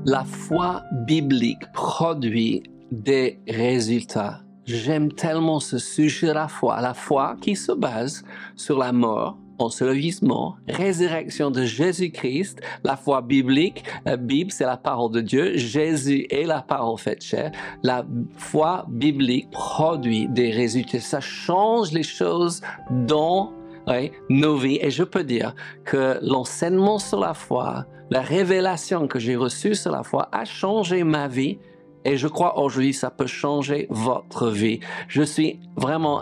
La foi biblique produit des résultats. J'aime tellement ce sujet de la foi qui se base sur la mort, ensevelissement, résurrection de Jésus-Christ, la foi biblique. La Bible, c'est la parole de Dieu. Jésus est la parole faite chair. La foi biblique produit des résultats. Ça change les choses dans nos vies. Et je peux dire que l'enseignement sur la foi, la révélation que j'ai reçue sur la foi a changé ma vie. Et je crois aujourd'hui ça peut changer votre vie. Je suis vraiment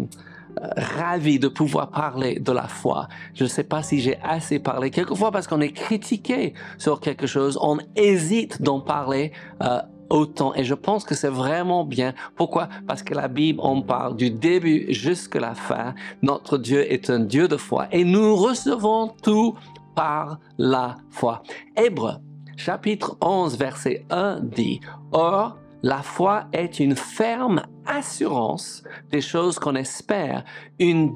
ravi de pouvoir parler de la foi. Je ne sais pas si j'ai assez parlé. Quelquefois parce qu'on est critiqué sur quelque chose, on hésite d'en parler autant. Et je pense que c'est vraiment bien. Pourquoi? Parce que la Bible, on parle du début jusqu'à la fin. Notre Dieu est un Dieu de foi. Et nous recevons tout par la foi. Hébreux, chapitre 11, verset 1 dit « Or, la foi est une ferme assurance des choses qu'on espère, une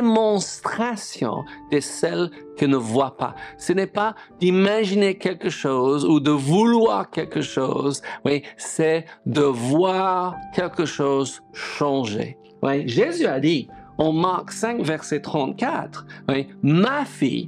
démonstration de celles que ne voit pas. » Ce n'est pas d'imaginer quelque chose ou de vouloir quelque chose, oui, c'est de voir quelque chose changer. Oui, Jésus a dit en Marc 5, verset 34, oui, « Ma fille,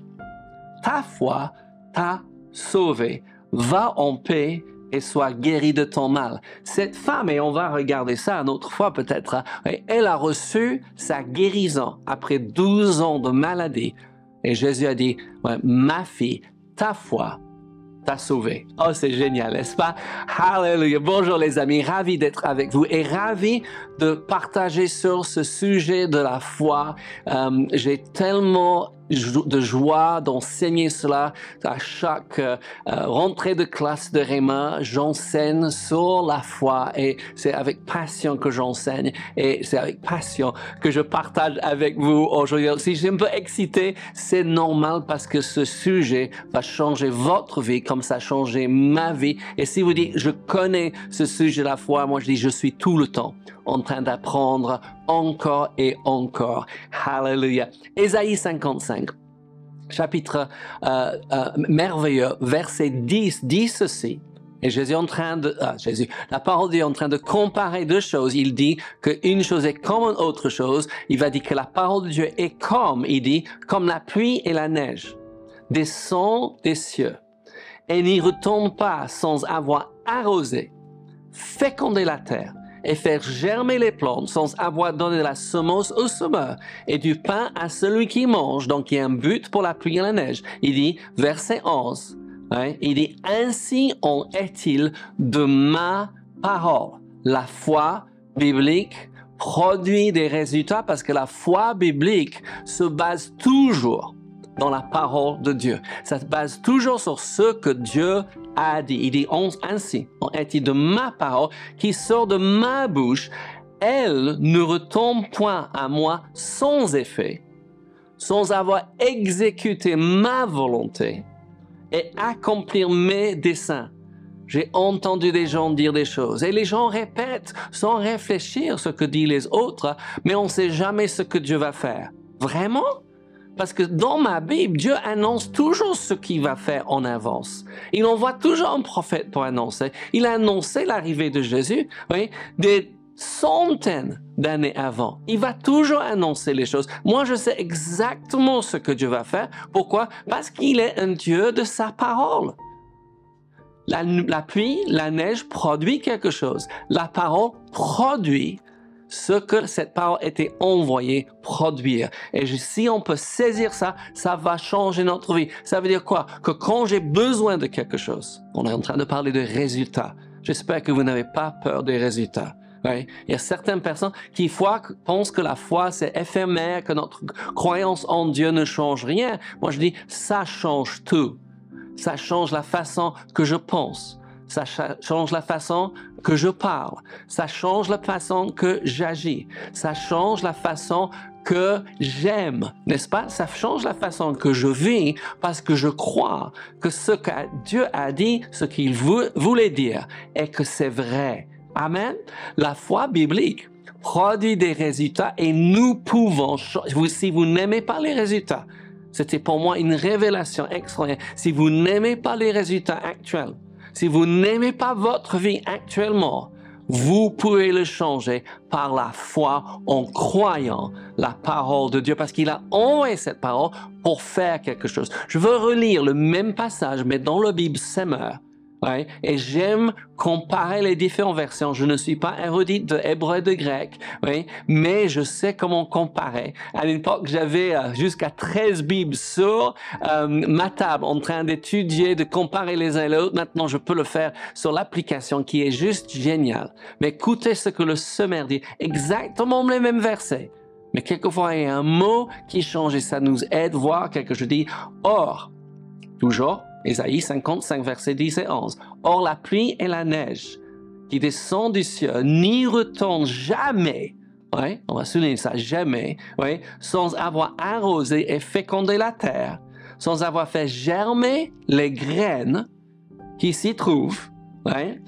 ta foi t'a sauvée. Va en paix et sois guérie de ton mal. » Cette femme, et on va regarder ça une autre fois peut-être, elle a reçu sa guérison après 12 ans de maladie. Et Jésus a dit, ma fille, ta foi t'a sauvée. Oh, c'est génial, n'est-ce pas? Hallelujah. Bonjour les amis, ravi d'être avec vous et ravi de partager sur ce sujet de la foi. J'ai tellement de joie d'enseigner cela à chaque rentrée de classe de Réma. J'enseigne sur la foi et c'est avec passion que j'enseigne et c'est avec passion que je partage avec vous aujourd'hui. Si je suis un peu excité, c'est normal parce que ce sujet va changer votre vie comme ça a changé ma vie. Et si vous dites, je connais ce sujet de la foi, moi je dis, je suis tout le temps en train d'apprendre encore et encore. Hallelujah. Ésaïe 55, chapitre merveilleux, verset 10, dit ceci. Et Jésus est en train de, la parole de Dieu est en train de comparer deux choses. Il dit qu'une chose est comme une autre chose. Il va dire que la parole de Dieu est comme, il dit, comme la pluie et la neige descend des cieux et n'y retombe pas sans avoir arrosé, fécondé la terre et faire germer les plantes sans avoir donné de la semence au semeur et du pain à celui qui mange. Donc, il y a un but pour la pluie et la neige. Il dit, verset 11, il dit, ainsi en est-il de ma parole. La foi biblique produit des résultats parce que la foi biblique se base toujours dans la parole de Dieu. Ça se base toujours sur ce que Dieu a dit. Il dit ainsi, en est-il de ma parole qui sort de ma bouche, elle ne retombe point à moi sans effet, sans avoir exécuté ma volonté et accomplir mes desseins. J'ai entendu des gens dire des choses et les gens répètent sans réfléchir ce que disent les autres, mais on ne sait jamais ce que Dieu va faire. Vraiment? Parce que dans ma Bible, Dieu annonce toujours ce qu'il va faire en avance. Il envoie toujours un prophète pour annoncer. Il a annoncé l'arrivée de Jésus, des centaines d'années avant. Il va toujours annoncer les choses. Moi, je sais exactement ce que Dieu va faire. Pourquoi? Parce qu'il est un Dieu de sa parole. La pluie, la neige produit quelque chose. La parole produit ce que cette parole était envoyée produire. Et si on peut saisir ça, ça va changer notre vie. Ça veut dire quoi? Que quand j'ai besoin de quelque chose, on est en train de parler de résultats. J'espère que vous n'avez pas peur des résultats. Il y a certaines personnes qui pensent que la foi c'est éphémère, que notre croyance en Dieu ne change rien. Moi je dis, ça change tout. Ça change la façon que je pense. Ça change la façon que je parle. Ça change la façon que j'agis. Ça change la façon que j'aime, n'est-ce pas? Ça change la façon que je vis parce que je crois que ce que Dieu a dit, ce qu'il voulait dire, et que c'est vrai. Amen. La foi biblique produit des résultats et nous pouvons, si vous n'aimez pas les résultats, c'était pour moi une révélation extraordinaire. Si vous n'aimez pas les résultats actuels, Si vous n'aimez pas votre vie actuellement, vous pouvez le changer par la foi en croyant la parole de Dieu parce qu'il a envoyé cette parole pour faire quelque chose. Je veux relire le même passage, mais dans la Bible Semeur. Ouais, et j'aime comparer les différentes versions. Je ne suis pas érudite de hébreu et de grec, oui, mais je sais comment comparer. À l'époque, j'avais jusqu'à 13 Bibles sur ma table en train d'étudier, de comparer les uns et les autres. Maintenant, je peux le faire sur l'application qui est juste géniale. Mais écoutez ce que le Semeur dit, exactement les mêmes versets. Mais quelquefois, il y a un mot qui change et ça nous aide à voir quelque chose. Je dis, or, toujours, Ésaïe 55, versets 10 et 11. Or, la pluie et la neige qui descendent du ciel n'y retournent jamais, ouais, on va souligner ça, jamais, ouais, sans avoir arrosé et fécondé la terre, sans avoir fait germer les graines qui s'y trouvent, ouais,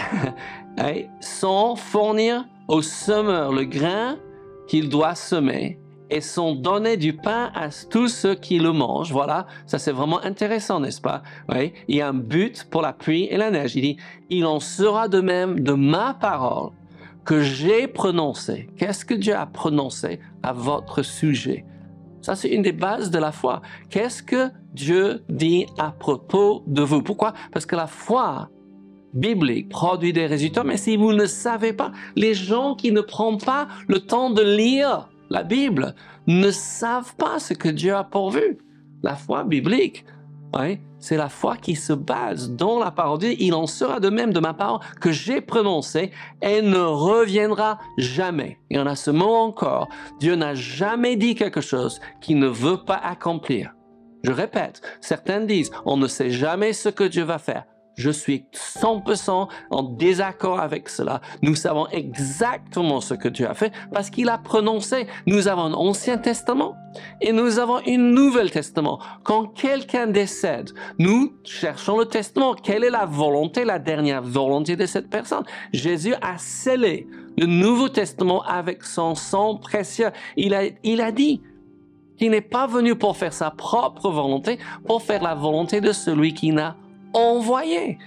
ouais, sans fournir au semeur le grain qu'il doit semer, et sont donnés du pain à tous ceux qui le mangent. Voilà, ça c'est vraiment intéressant, n'est-ce pas? Oui, il y a un but pour la pluie et la neige. Il dit, il en sera de même de ma parole que j'ai prononcée. Qu'est-ce que Dieu a prononcé à votre sujet? Ça, c'est une des bases de la foi. Qu'est-ce que Dieu dit à propos de vous? Pourquoi? Parce que la foi biblique produit des résultats, mais si vous ne savez pas, les gens qui ne prennent pas le temps de lire la Bible ne savent pas ce que Dieu a pourvu. La foi biblique, ouais, c'est la foi qui se base dans la parole de Dieu. Il en sera de même de ma parole que j'ai prononcée et ne reviendra jamais. Il y en a ce mot encore. Dieu n'a jamais dit quelque chose qu'il ne veut pas accomplir. Je répète, certains disent, on ne sait jamais ce que Dieu va faire. Je suis 100% en désaccord avec cela. Nous savons exactement ce que Dieu a fait parce qu'il a prononcé. Nous avons un Ancien Testament et nous avons un Nouvel Testament. Quand quelqu'un décède, nous cherchons le Testament. Quelle est la volonté, la dernière volonté de cette personne? Jésus a scellé le Nouveau Testament avec son sang précieux. Il a dit qu'il n'est pas venu pour faire sa propre volonté, pour faire la volonté de celui qui n'a envoyé.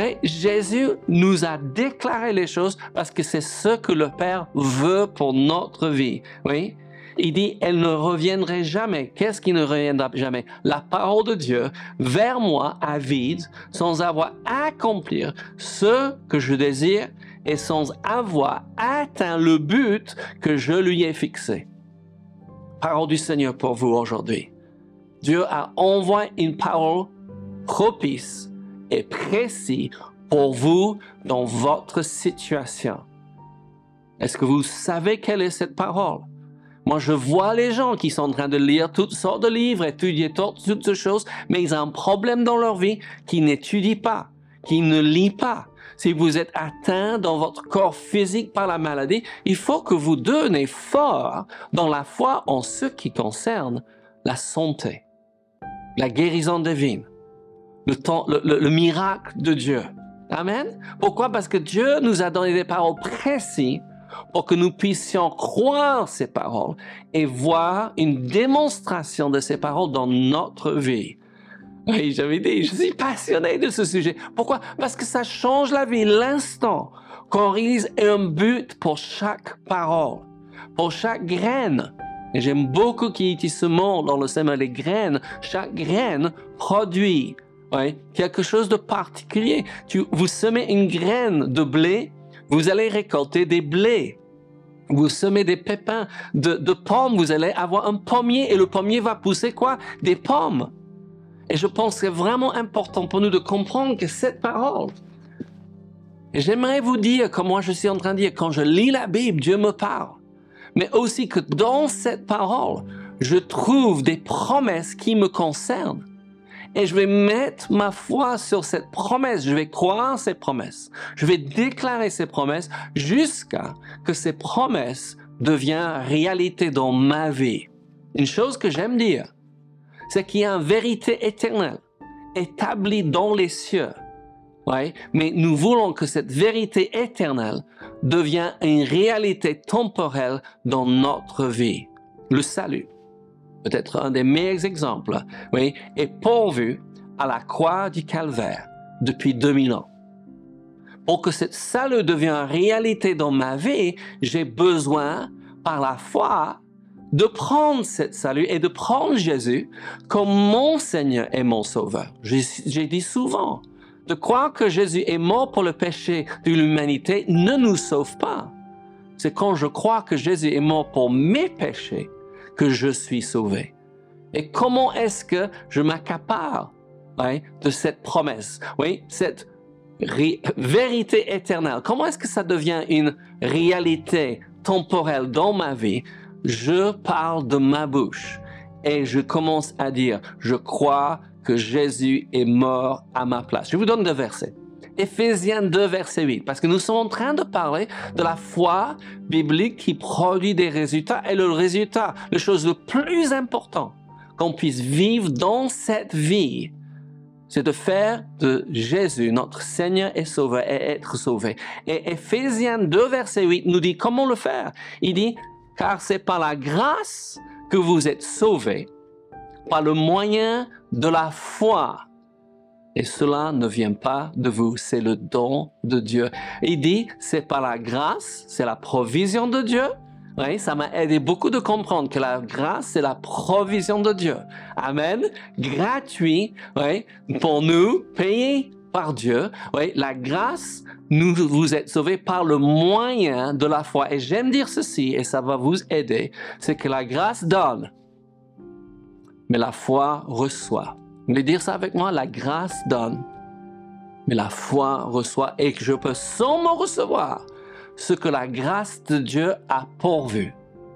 Jésus nous a déclaré les choses parce que c'est ce que le Père veut pour notre vie. Oui? Il dit, elle ne reviendrait jamais. Qu'est-ce qui ne reviendra jamais? La parole de Dieu vers moi à vide, sans avoir accompli ce que je désire et sans avoir atteint le but que je lui ai fixé. Parole du Seigneur pour vous aujourd'hui. Dieu a envoyé une parole propice et précis pour vous dans votre situation. Est-ce que vous savez quelle est cette parole? Moi, je vois les gens qui sont en train de lire toutes sortes de livres, étudier toutes ces choses, mais ils ont un problème dans leur vie qui n'étudient pas, qui ne lisent pas. Si vous êtes atteint dans votre corps physique par la maladie, il faut que vous devenez fort dans la foi en ce qui concerne la santé, la guérison divine, le miracle de Dieu. Amen. Pourquoi? Parce que Dieu nous a donné des paroles précises pour que nous puissions croire ces paroles et voir une démonstration de ces paroles dans notre vie. Oui, j'avais dit, je suis passionné de ce sujet. Pourquoi? Parce que ça change la vie. L'instant qu'on réalise un but pour chaque parole, pour chaque graine. Et j'aime beaucoup qu'il utilise ce mot dans le schéma les graines. Chaque graine produit, oui, quelque chose de particulier. Vous semez une graine de blé, vous allez récolter des blés. Vous semez des pépins de pommes, vous allez avoir un pommier et le pommier va pousser quoi? Des pommes. Et je pense que c'est vraiment important pour nous de comprendre que cette parole, et j'aimerais vous dire, comme moi je suis en train de dire, quand je lis la Bible, Dieu me parle. Mais aussi que dans cette parole, je trouve des promesses qui me concernent. Et je vais mettre ma foi sur cette promesse. Je vais croire ces promesses. Je vais déclarer ces promesses jusqu'à que ces promesses deviennent réalité dans ma vie. Une chose que j'aime dire, c'est qu'il y a une vérité éternelle établie dans les cieux. Ouais, mais nous voulons que cette vérité éternelle devienne une réalité temporelle dans notre vie. Le salut, peut-être un des meilleurs exemples, oui, est pourvu à la croix du calvaire. depuis 2000 ans. Pour que cette salut devienne réalité dans ma vie, j'ai besoin, par la foi, de prendre cette salut et de prendre Jésus comme mon Seigneur et mon Sauveur. J'ai dit souvent, de croire que Jésus est mort pour le péché de l'humanité ne nous sauve pas. C'est quand je crois que Jésus est mort pour mes péchés que je suis sauvé. Et comment est-ce que je m'accapare de cette promesse, cette vérité éternelle? Comment est-ce que ça devient une réalité temporelle dans ma vie? Je parle de ma bouche et je commence à dire, je crois que Jésus est mort à ma place. Je vous donne 2 versets. Éphésiens 2, verset 8, parce que nous sommes en train de parler de la foi biblique qui produit des résultats. Et le résultat, la chose le plus important qu'on puisse vivre dans cette vie, c'est de faire de Jésus notre Seigneur et Sauveur et être sauvé. Et Éphésiens 2, verset 8 nous dit comment le faire. Il dit, car c'est par la grâce que vous êtes sauvés, par le moyen de la foi. Et cela ne vient pas de vous, c'est le don de Dieu. Il dit, c'est par la grâce, c'est la provision de Dieu. Oui, ça m'a aidé beaucoup de comprendre que la grâce, c'est la provision de Dieu. Amen. Gratuit, pour nous, payé par Dieu. Oui, la grâce, vous êtes sauvés par le moyen de la foi. Et j'aime dire ceci, et ça va vous aider, c'est que la grâce donne, mais la foi reçoit. Vous voulez dire ça avec moi? La grâce donne, mais la foi reçoit, et que je peux seulement recevoir ce que la grâce de Dieu a pourvu.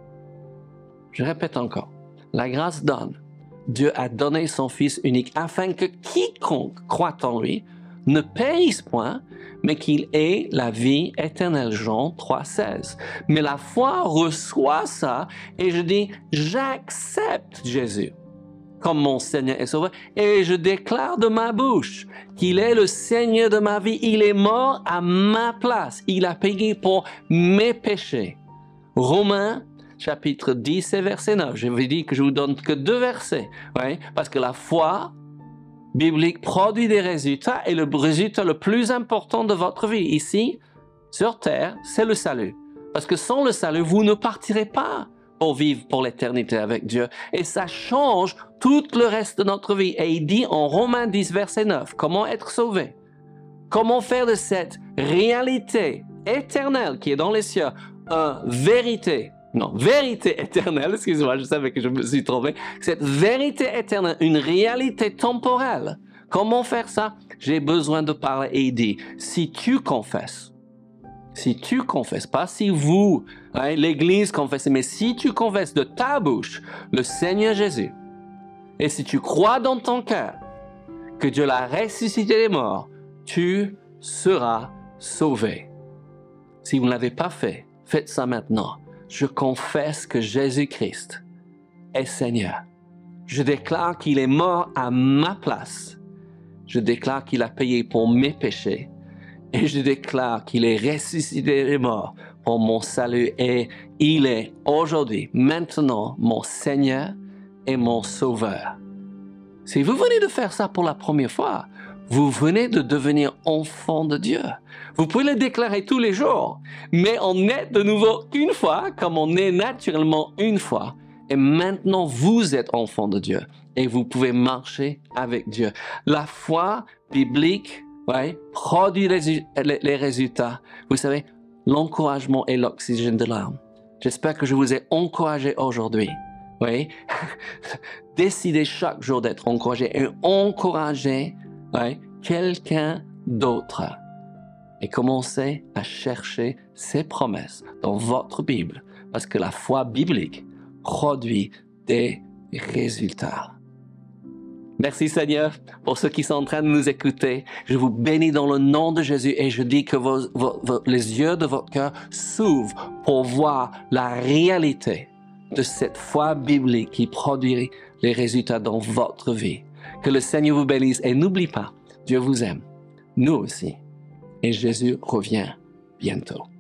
Je répète encore, la grâce donne. Dieu a donné son Fils unique afin que quiconque croit en lui ne périsse point, mais qu'il ait la vie éternelle. Jean 3,16. Mais la foi reçoit ça, et je dis, j'accepte Jésus comme mon Seigneur et Sauveur, et je déclare de ma bouche qu'il est le Seigneur de ma vie. Il est mort à ma place. Il a payé pour mes péchés. Romains, chapitre 10 et verset 9. Je vous dis que je vous donne que 2 versets, parce que la foi biblique produit des résultats, et le résultat le plus important de votre vie ici, sur terre, c'est le salut. Parce que sans le salut, vous ne partirez pas pour vivre pour l'éternité avec Dieu. Et ça change tout le reste de notre vie. Et il dit en Romains 10, verset 9, comment être sauvé? Comment faire de cette réalité éternelle qui est dans les cieux, vérité éternelle, excusez-moi, je savais que je me suis trompé, cette vérité éternelle, une réalité temporelle. Comment faire ça? J'ai besoin de parler. Et il dit, si tu confesses, pas si vous, l'Église confesse, mais si tu confesses de ta bouche le Seigneur Jésus, et si tu crois dans ton cœur que Dieu l'a ressuscité des morts, tu seras sauvé. Si vous ne l'avez pas fait, faites ça maintenant. Je confesse que Jésus-Christ est Seigneur. Je déclare qu'il est mort à ma place. Je déclare qu'il a payé pour mes péchés. Et je déclare qu'il est ressuscité des morts pour mon salut. Et il est aujourd'hui, maintenant, mon Seigneur et mon Sauveur. Si vous venez de faire ça pour la première fois, vous venez de devenir enfant de Dieu. Vous pouvez le déclarer tous les jours, mais on est de nouveau une fois, comme on est naturellement une fois. Et maintenant, vous êtes enfant de Dieu et vous pouvez marcher avec Dieu. La foi biblique, produit les résultats. Vous savez, l'encouragement est l'oxygène de l'âme. J'espère que je vous ai encouragé aujourd'hui. Décidez chaque jour d'être encouragé et encourager quelqu'un d'autre. Et commencez à chercher ces promesses dans votre Bible, parce que la foi biblique produit des résultats. Merci Seigneur pour ceux qui sont en train de nous écouter. Je vous bénis dans le nom de Jésus et je dis que les yeux de votre cœur s'ouvrent pour voir la réalité de cette foi biblique qui produit les résultats dans votre vie. Que le Seigneur vous bénisse et n'oublie pas, Dieu vous aime, nous aussi. Et Jésus revient bientôt.